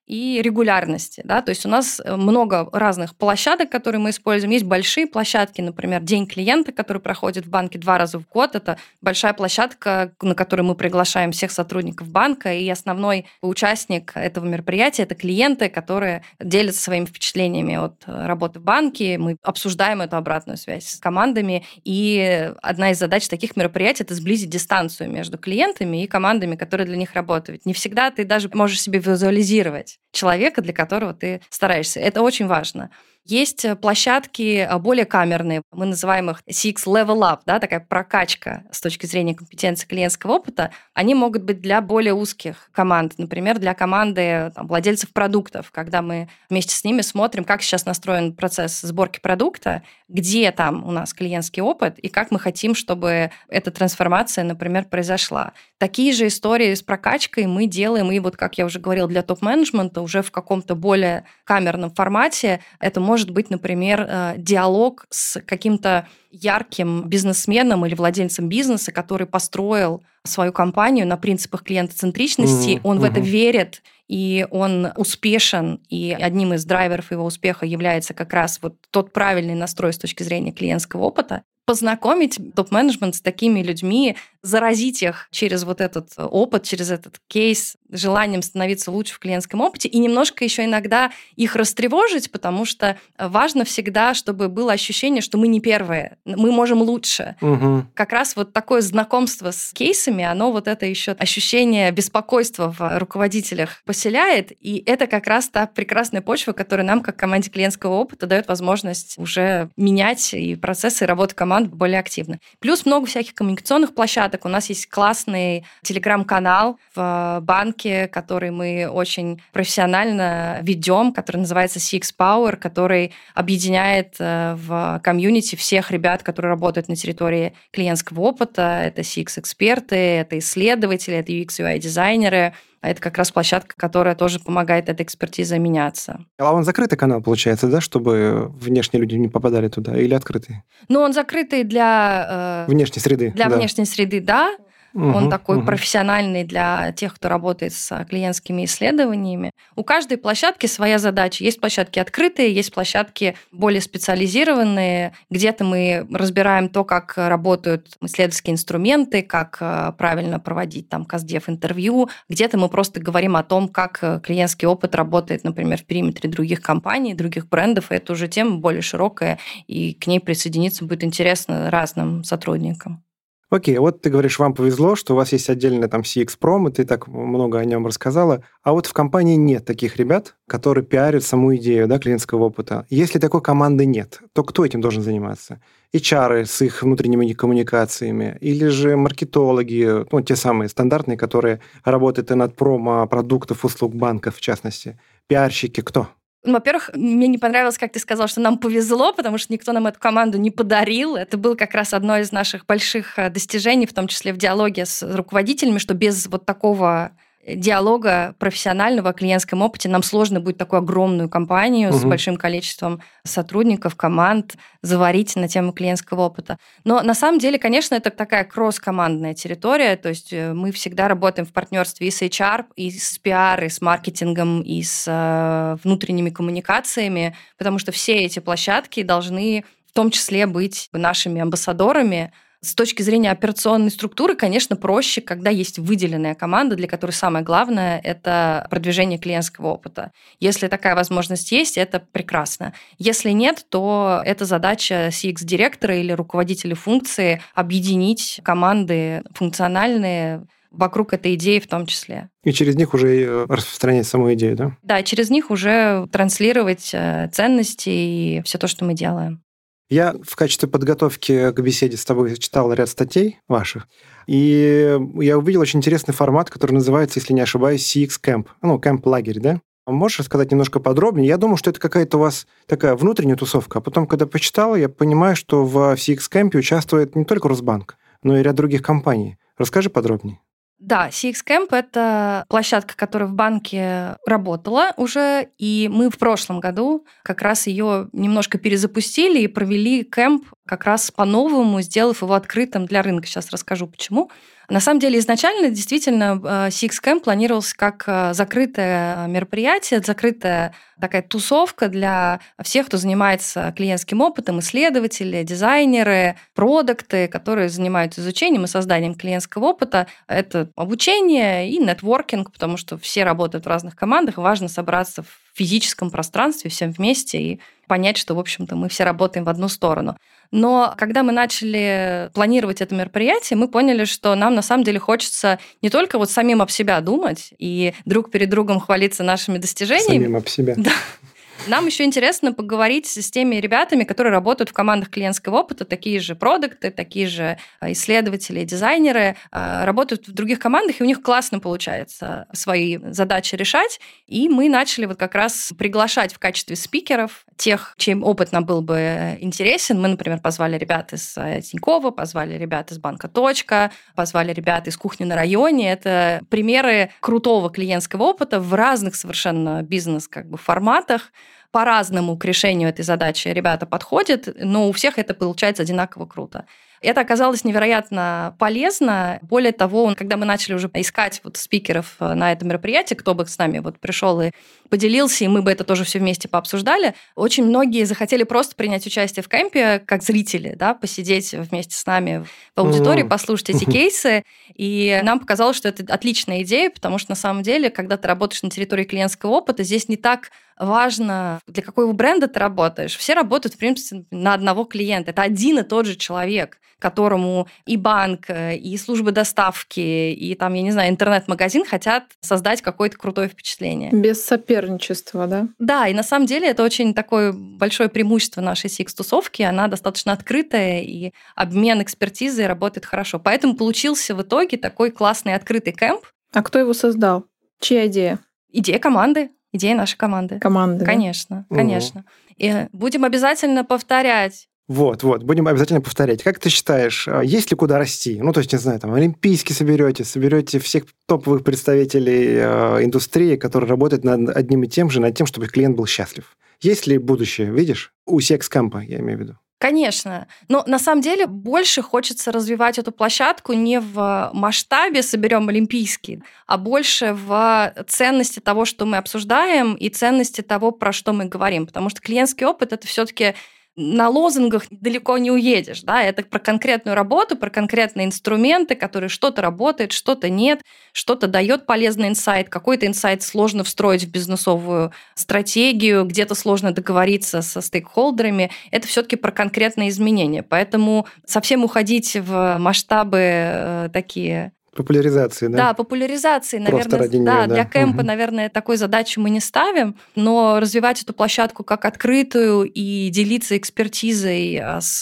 и регулярности. Да? То есть у нас много разных площадок, которые мы используем. Есть большие площадки, например, День клиента, который проходит в банке 2 раза в год. Это большая площадка, на которую мы приглашаем всех сотрудников банка, и основной участник этого мероприятия – это клиенты, которые делятся своими впечатлениями от работы в банке. Мы обсуждаем эту обратную связь с командами, и одна из задач таких мероприятий – это сблизить дистанцию между клиентами и командами, которые для них работают. Не всегда ты даже можешь себе визуализировать человека, для которого ты стараешься. Это очень важно. Есть площадки более камерные, мы называем их CX Level Up, да, такая прокачка с точки зрения компетенции клиентского опыта. Они могут быть для более узких команд, например, для команды владельцев продуктов, когда мы вместе с ними смотрим, как сейчас настроен процесс сборки продукта, где там у нас клиентский опыт и как мы хотим, чтобы эта трансформация, например, произошла. Такие же истории с прокачкой мы делаем, и вот, как я уже говорила, для топ-менеджмента уже в каком-то более камерном формате. Это может быть, например, диалог с каким-то ярким бизнесменом или владельцем бизнеса, который построил свою компанию на принципах клиентоцентричности, он в это верит, и он успешен, и одним из драйверов его успеха является как раз вот тот правильный настрой с точки зрения клиентского опыта. Познакомить топ-менеджмент с такими людьми, заразить их через вот этот опыт, через этот кейс, желанием становиться лучше в клиентском опыте, и немножко еще иногда их растревожить, потому что важно всегда, чтобы было ощущение, что мы не первые, мы можем лучше. Как раз вот такое знакомство с кейсами, оно вот это еще ощущение беспокойства в руководителях поселяет, и это как раз та прекрасная почва, которая нам, как команде клиентского опыта, дает возможность уже менять и процессы, и работы команд более активно. Плюс много всяких коммуникационных площадок. У нас есть классный телеграм-канал в банке, который мы очень профессионально ведем, который называется CX Power, который объединяет в комьюнити всех ребят, которые работают на территории клиентского опыта. Это CX-эксперты, это исследователи, это UX, UI-дизайнеры. А это как раз площадка, которая тоже помогает этой экспертизой меняться. А он закрытый канал, получается, да, чтобы внешние люди не попадали туда, или открытый? Ну, он закрытый для... внешней среды. Для внешней среды, да. Он такой профессиональный для тех, кто работает с клиентскими исследованиями. У каждой площадки своя задача. Есть площадки открытые, есть площадки более специализированные. Где-то мы разбираем то, как работают исследовательские инструменты, как правильно проводить там каздев-интервью. Где-то мы просто говорим о том, как клиентский опыт работает, например, в периметре других компаний, других брендов. И это уже тема более широкая, и к ней присоединиться будет интересно разным сотрудникам. Окей, вот ты говоришь, вам повезло, что у вас есть отдельно там CX-пром, и ты так много о нем рассказала. А вот в компании нет таких ребят, которые пиарят саму идею, да, клиентского опыта. Если такой команды нет, то кто этим должен заниматься? HR с их внутренними коммуникациями, или же маркетологи, ну, те самые стандартные, которые работают и над промо продуктов, услуг банков, в частности. Пиарщики кто? Во-первых, мне не понравилось, как ты сказал, что нам повезло, потому что никто нам эту команду не подарил. Это было как раз одно из наших больших достижений, в том числе в диалоге с руководителями, что без вот такого диалога профессионального о клиентском опыте нам сложно будет такую огромную компанию с большим количеством сотрудников, команд заварить на тему клиентского опыта. Но на самом деле, конечно, это такая кросс-командная территория, то есть мы всегда работаем в партнерстве и с HR, и с PR, и с маркетингом, и с внутренними коммуникациями, потому что все эти площадки должны в том числе быть нашими амбассадорами. С точки зрения операционной структуры, конечно, проще, когда есть выделенная команда, для которой самое главное – это продвижение клиентского опыта. Если такая возможность есть, это прекрасно. Если нет, то это задача CX-директора или руководителя функции объединить команды функциональные вокруг этой идеи в том числе. И через них уже распространять саму идею, да? Да, через них уже транслировать ценности и все то, что мы делаем. Я в качестве подготовки к беседе с тобой читал ряд статей ваших, и я увидел очень интересный формат, который называется, если не ошибаюсь, CX Camp. Ну, кэмп-лагерь, да? Можешь рассказать немножко подробнее? Я думаю, что это какая-то у вас такая внутренняя тусовка. А потом, когда почитал, я понимаю, что в CX Camp участвует не только Росбанк, но и ряд других компаний. Расскажи подробнее. Да, CX Camp – это площадка, которая в банке работала уже, и мы в прошлом году как раз ее немножко перезапустили и провели кэмп как раз по-новому, сделав его открытым для рынка. Сейчас расскажу, почему. На самом деле, изначально действительно CXCamp планировался как закрытое мероприятие, закрытая такая тусовка для всех, кто занимается клиентским опытом, исследователи, дизайнеры, продукты, которые занимаются изучением и созданием клиентского опыта. Это обучение и нетворкинг, потому что все работают в разных командах, важно собраться в физическом пространстве всем вместе и понять, что, в общем-то, мы все работаем в одну сторону. Но когда мы начали планировать это мероприятие, мы поняли, что нам на самом деле хочется не только вот самим об себя думать и друг перед другом хвалиться нашими достижениями. Самим об себя. Да. Нам еще интересно поговорить с теми ребятами, которые работают в командах клиентского опыта, такие же продукты, такие же исследователи, дизайнеры, работают в других командах, и у них классно получается свои задачи решать. И мы начали вот как раз приглашать в качестве спикеров тех, чей опыт нам был бы интересен. Мы, например, позвали ребят из Тинькова, позвали ребят из банка «Точка», позвали ребят из «Кухни на районе». Это примеры крутого клиентского опыта в разных совершенно бизнес-форматах. По-разному к решению этой задачи ребята подходят, но у всех это получается одинаково круто. Это оказалось невероятно полезно. Более того, когда мы начали уже искать спикеров на это мероприятие, кто бы с нами пришел и поделился, и мы бы это тоже все вместе пообсуждали, очень многие захотели просто принять участие в кемпе как зрители, да, посидеть вместе с нами в аудитории, послушать эти кейсы. И нам показалось, что это отличная идея, потому что на самом деле, когда ты работаешь на территории клиентского опыта, здесь не так важно, для какого бренда ты работаешь. Все работают, в принципе, на одного клиента. Это один и тот же человек, которому и банк, и службы доставки, и там, я не знаю, интернет-магазин хотят создать какое-то крутое впечатление. Без соперничества, да? Да, и на самом деле это очень такое большое преимущество нашей CX-тусовки. Она достаточно открытая, и обмен экспертизой работает хорошо. Поэтому получился в итоге такой классный открытый кемп. А кто его создал? Чья идея? Идея команды. Идея нашей команды. Команды. Конечно, да? Конечно. И будем обязательно повторять. Вот, будем обязательно повторять. Как ты считаешь, есть ли куда расти? Ну, то есть, не знаю, там, олимпийский соберете всех топовых представителей индустрии, которые работают над одним и тем же, над тем, чтобы клиент был счастлив. Есть ли будущее, видишь? У CXCamp, я имею в виду. Конечно. Но на самом деле больше хочется развивать эту площадку не в масштабе «соберем олимпийский», а больше в ценности того, что мы обсуждаем, и ценности того, про что мы говорим. Потому что клиентский опыт – это все-таки на лозунгах далеко не уедешь. Да? Это про конкретную работу, про конкретные инструменты, которые что-то работает, что-то нет, что-то дает полезный инсайт, какой-то инсайт сложно встроить в бизнесовую стратегию, где-то сложно договориться со стейкхолдерами. Это все-таки про конкретные изменения. Поэтому совсем уходить в масштабы такие... Популяризации, да? Да, популяризации, наверное, ради да, нее, да. Для кемпа, наверное, такой задачи мы не ставим, но развивать эту площадку как открытую и делиться экспертизой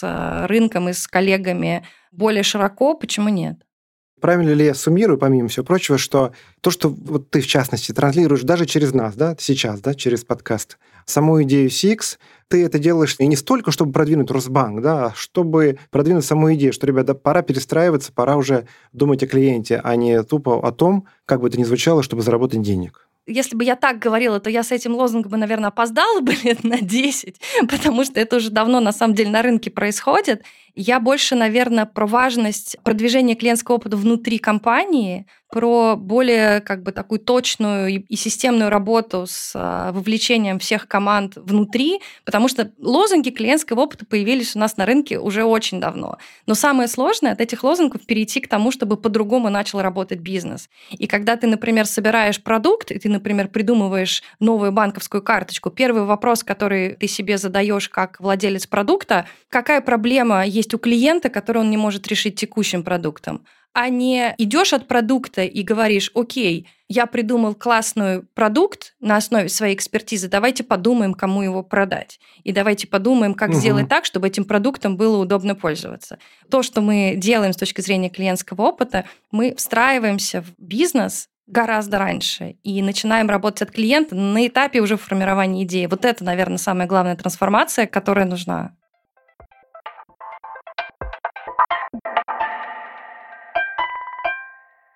с рынком и с коллегами более широко, почему нет? Правильно ли я суммирую, помимо всего прочего, что то, что вот ты, в частности, транслируешь даже через нас, да, сейчас, да, через подкаст, саму идею CX, ты это делаешь и не столько, чтобы продвинуть Росбанк, да, а чтобы продвинуть саму идею, что, ребята, пора перестраиваться, пора уже думать о клиенте, а не тупо о том, как бы это ни звучало, чтобы заработать денег. Если бы я так говорила, то я с этим лозунгом, наверное, опоздала бы лет на 10, потому что это уже давно, на самом деле, на рынке происходит. Я больше, наверное, про важность продвижения клиентского опыта внутри компании, про более такую точную и системную работу с вовлечением всех команд внутри, потому что лозунги клиентского опыта появились у нас на рынке уже очень давно. Но самое сложное от этих лозунгов перейти к тому, чтобы по-другому начал работать бизнес. И когда ты, например, собираешь продукт, и ты, например, придумываешь новую банковскую карточку, первый вопрос, который ты себе задаешь как владелец продукта, какая проблема есть у клиента, которую он не может решить текущим продуктом, а не идешь от продукта и говоришь: окей, я придумал классный продукт на основе своей экспертизы, давайте подумаем, кому его продать. И давайте подумаем, как сделать так, чтобы этим продуктом было удобно пользоваться. То, что мы делаем с точки зрения клиентского опыта, мы встраиваемся в бизнес гораздо раньше и начинаем работать от клиента на этапе уже формирования идеи. Вот это, наверное, самая главная трансформация, которая нужна.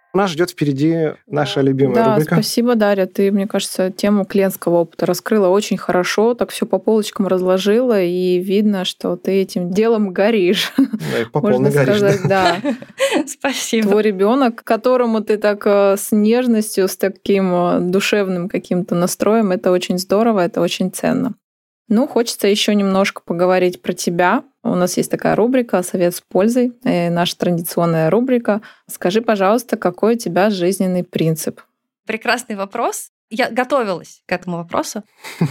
Нас ждет впереди наша любимая рубрика. Спасибо, Дарья. Ты, мне кажется, тему клиентского опыта раскрыла очень хорошо, так все по полочкам разложила, и видно, что ты этим делом горишь. Да, и по Можно полной горишь, сказать, да. Спасибо. Твой ребенок, которому ты так с нежностью, с таким душевным каким-то настроем, это очень здорово, это очень ценно. Хочется еще немножко поговорить про тебя. У нас есть такая рубрика «Совет с пользой», наша традиционная рубрика. Скажи, пожалуйста, какой у тебя жизненный принцип? Прекрасный вопрос. Я готовилась к этому вопросу.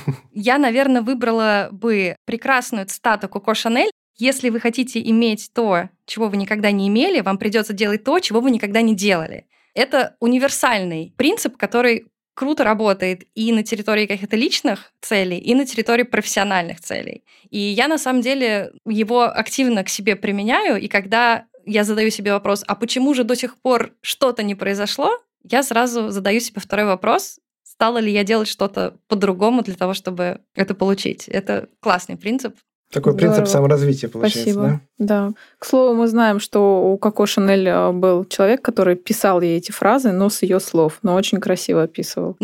Я, наверное, выбрала бы прекрасную цитату Коко Шанель. Если вы хотите иметь то, чего вы никогда не имели, вам придется делать то, чего вы никогда не делали. Это универсальный принцип, который круто работает и на территории каких-то личных целей, и на территории профессиональных целей. И я, на самом деле, его активно к себе применяю, и когда я задаю себе вопрос, а почему же до сих пор что-то не произошло, я сразу задаю себе второй вопрос, стала ли я делать что-то по-другому для того, чтобы это получить. Это классный принцип. Такой принцип саморазвития, получается, Спасибо. Да? К слову, мы знаем, что у Коко Шанель был человек, который писал ей эти фразы, но с ее слов, но очень красиво описывал.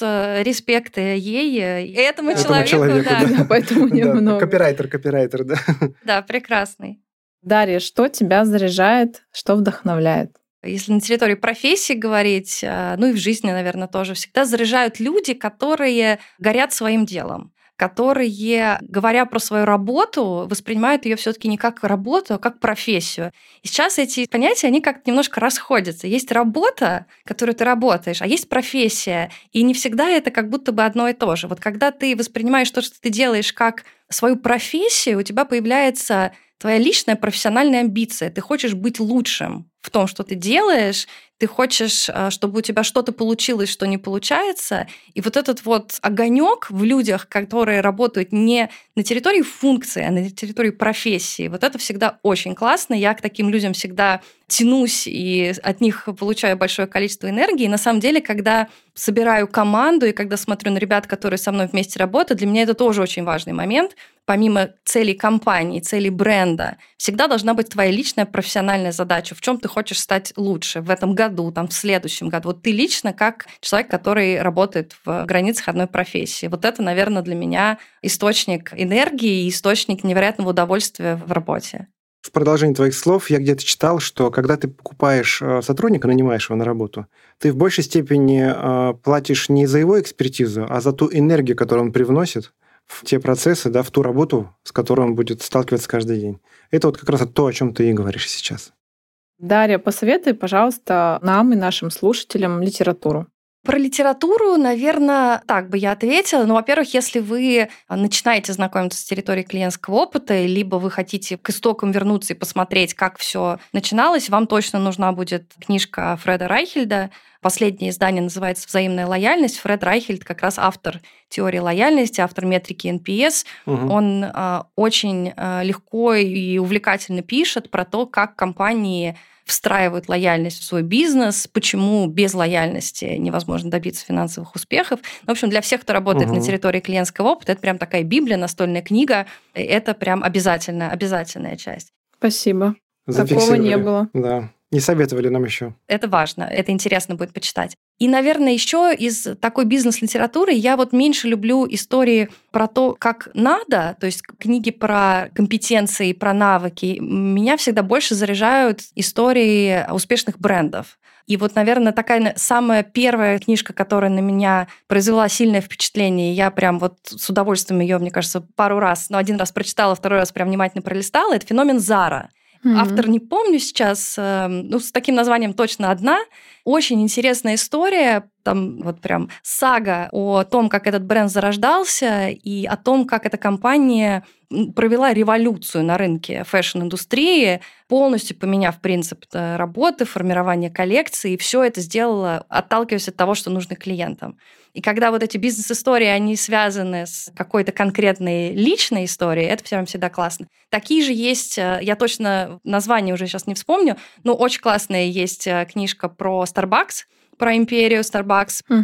Респект ей, этому человеку, да, поэтому немного. Копирайтер, да. Да, прекрасный. Дарья, что тебя заряжает, что вдохновляет? Если на территории профессии говорить, и в жизни, наверное, тоже, всегда заряжают люди, которые горят своим делом, которые, говоря про свою работу, воспринимают ее все-таки не как работу, а как профессию. И сейчас эти понятия, они как-то немножко расходятся. Есть работа, которую ты работаешь, а есть профессия. И не всегда это как будто бы одно и то же. Вот когда ты воспринимаешь то, что ты делаешь, как свою профессию, у тебя появляется твоя личная профессиональная амбиция. Ты хочешь быть лучшим в том, что ты делаешь, ты хочешь, чтобы у тебя что-то получилось, что не получается. И вот этот вот огонек в людях, которые работают не на территории функции, а на территории профессии, вот это всегда очень классно. Я к таким людям всегда тянусь и от них получаю большое количество энергии. И на самом деле, когда собираю команду и когда смотрю на ребят, которые со мной вместе работают, для меня это тоже очень важный момент. Помимо целей компании, целей бренда, всегда должна быть твоя личная профессиональная задача, в чем ты хочешь стать лучше в этом году, в следующем году. Вот ты лично как человек, который работает в границах одной профессии. Вот это, наверное, для меня источник энергии и источник невероятного удовольствия в работе. В продолжении твоих слов я где-то читал, что когда ты покупаешь сотрудника, нанимаешь его на работу, ты в большей степени платишь не за его экспертизу, а за ту энергию, которую он привносит в те процессы, в ту работу, с которой он будет сталкиваться каждый день. Это вот как раз то, о чем ты и говоришь сейчас. Дарья, посоветуй, пожалуйста, нам и нашим слушателям литературу. Про литературу, наверное, так бы я ответила. Во-первых, если вы начинаете знакомиться с территорией клиентского опыта, либо вы хотите к истокам вернуться и посмотреть, как все начиналось, вам точно нужна будет книжка Фреда Райхельда. Последнее издание называется «Взаимная лояльность». Фред Райхельд как раз автор теории лояльности, автор метрики NPS. Угу. Он очень легко и увлекательно пишет про то, как компании встраивают лояльность в свой бизнес, почему без лояльности невозможно добиться финансовых успехов. В общем, для всех, кто работает на территории клиентского опыта, это прям такая Библия, настольная книга. Это прям обязательная часть. Спасибо. Такого не было. Да. Не советовали нам еще. Это важно, это интересно будет почитать. И, наверное, еще из такой бизнес-литературы я меньше люблю истории про то, как надо, то есть книги про компетенции, про навыки. Меня всегда больше заряжают истории успешных брендов. И наверное, такая самая первая книжка, которая на меня произвела сильное впечатление, я прям с удовольствием ее, мне кажется, пару раз, один раз прочитала, второй раз прям внимательно пролистала, это «Феномен Зара». Автор не помню сейчас, с таким названием точно одна. Очень интересная история, там прям сага о том, как этот бренд зарождался и о том, как эта компания провела революцию на рынке фэшн-индустрии, полностью поменяв принцип работы, формирования коллекции, и все это сделала, отталкиваясь от того, что нужно клиентам. И когда эти бизнес-истории, они связаны с какой-то конкретной личной историей, это прям всегда классно. Такие же есть, я точно название уже сейчас не вспомню, но очень классная есть книжка про Starbucks, про империю Starbucks. Угу.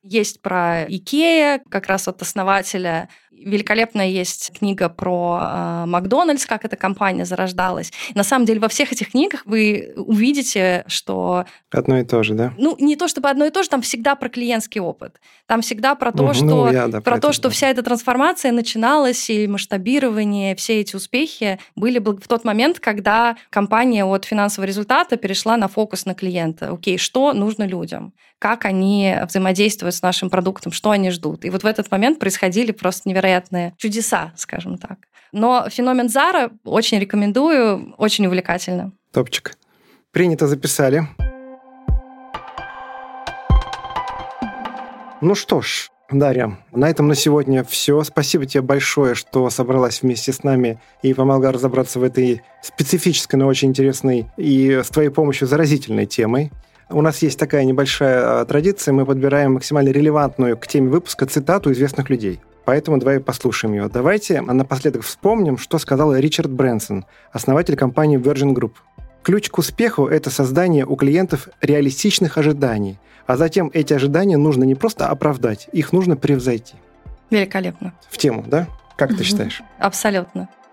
Есть про Икея, как раз от основателя. Великолепная есть книга про Макдональдс, как эта компания зарождалась. На самом деле во всех этих книгах вы увидите, что... Одно и то же, да? Не то чтобы одно и то же, там всегда про клиентский опыт. Там всегда про то, что вся эта трансформация начиналась, и масштабирование, все эти успехи были в тот момент, когда компания от финансового результата перешла на фокус на клиента. Окей, что нужно людям? Как они взаимодействуют с нашим продуктом? Что они ждут? И вот в этот момент происходили просто невероятные чудеса, скажем так. Но феномен Zara очень рекомендую, очень увлекательно. Топчик. Принято, записали. Ну что ж, Дарья, на этом на сегодня все. Спасибо тебе большое, что собралась вместе с нами и помогла разобраться в этой специфической, но очень интересной и с твоей помощью заразительной темой. У нас есть такая небольшая традиция, мы подбираем максимально релевантную к теме выпуска цитату известных людей. Поэтому давай послушаем ее. Давайте напоследок вспомним, что сказал Ричард Брэнсон, основатель компании Virgin Group. Ключ к успеху – это создание у клиентов реалистичных ожиданий, а затем эти ожидания нужно не просто оправдать, их нужно превзойти. Великолепно. В тему, да? Как ты считаешь? Абсолютно.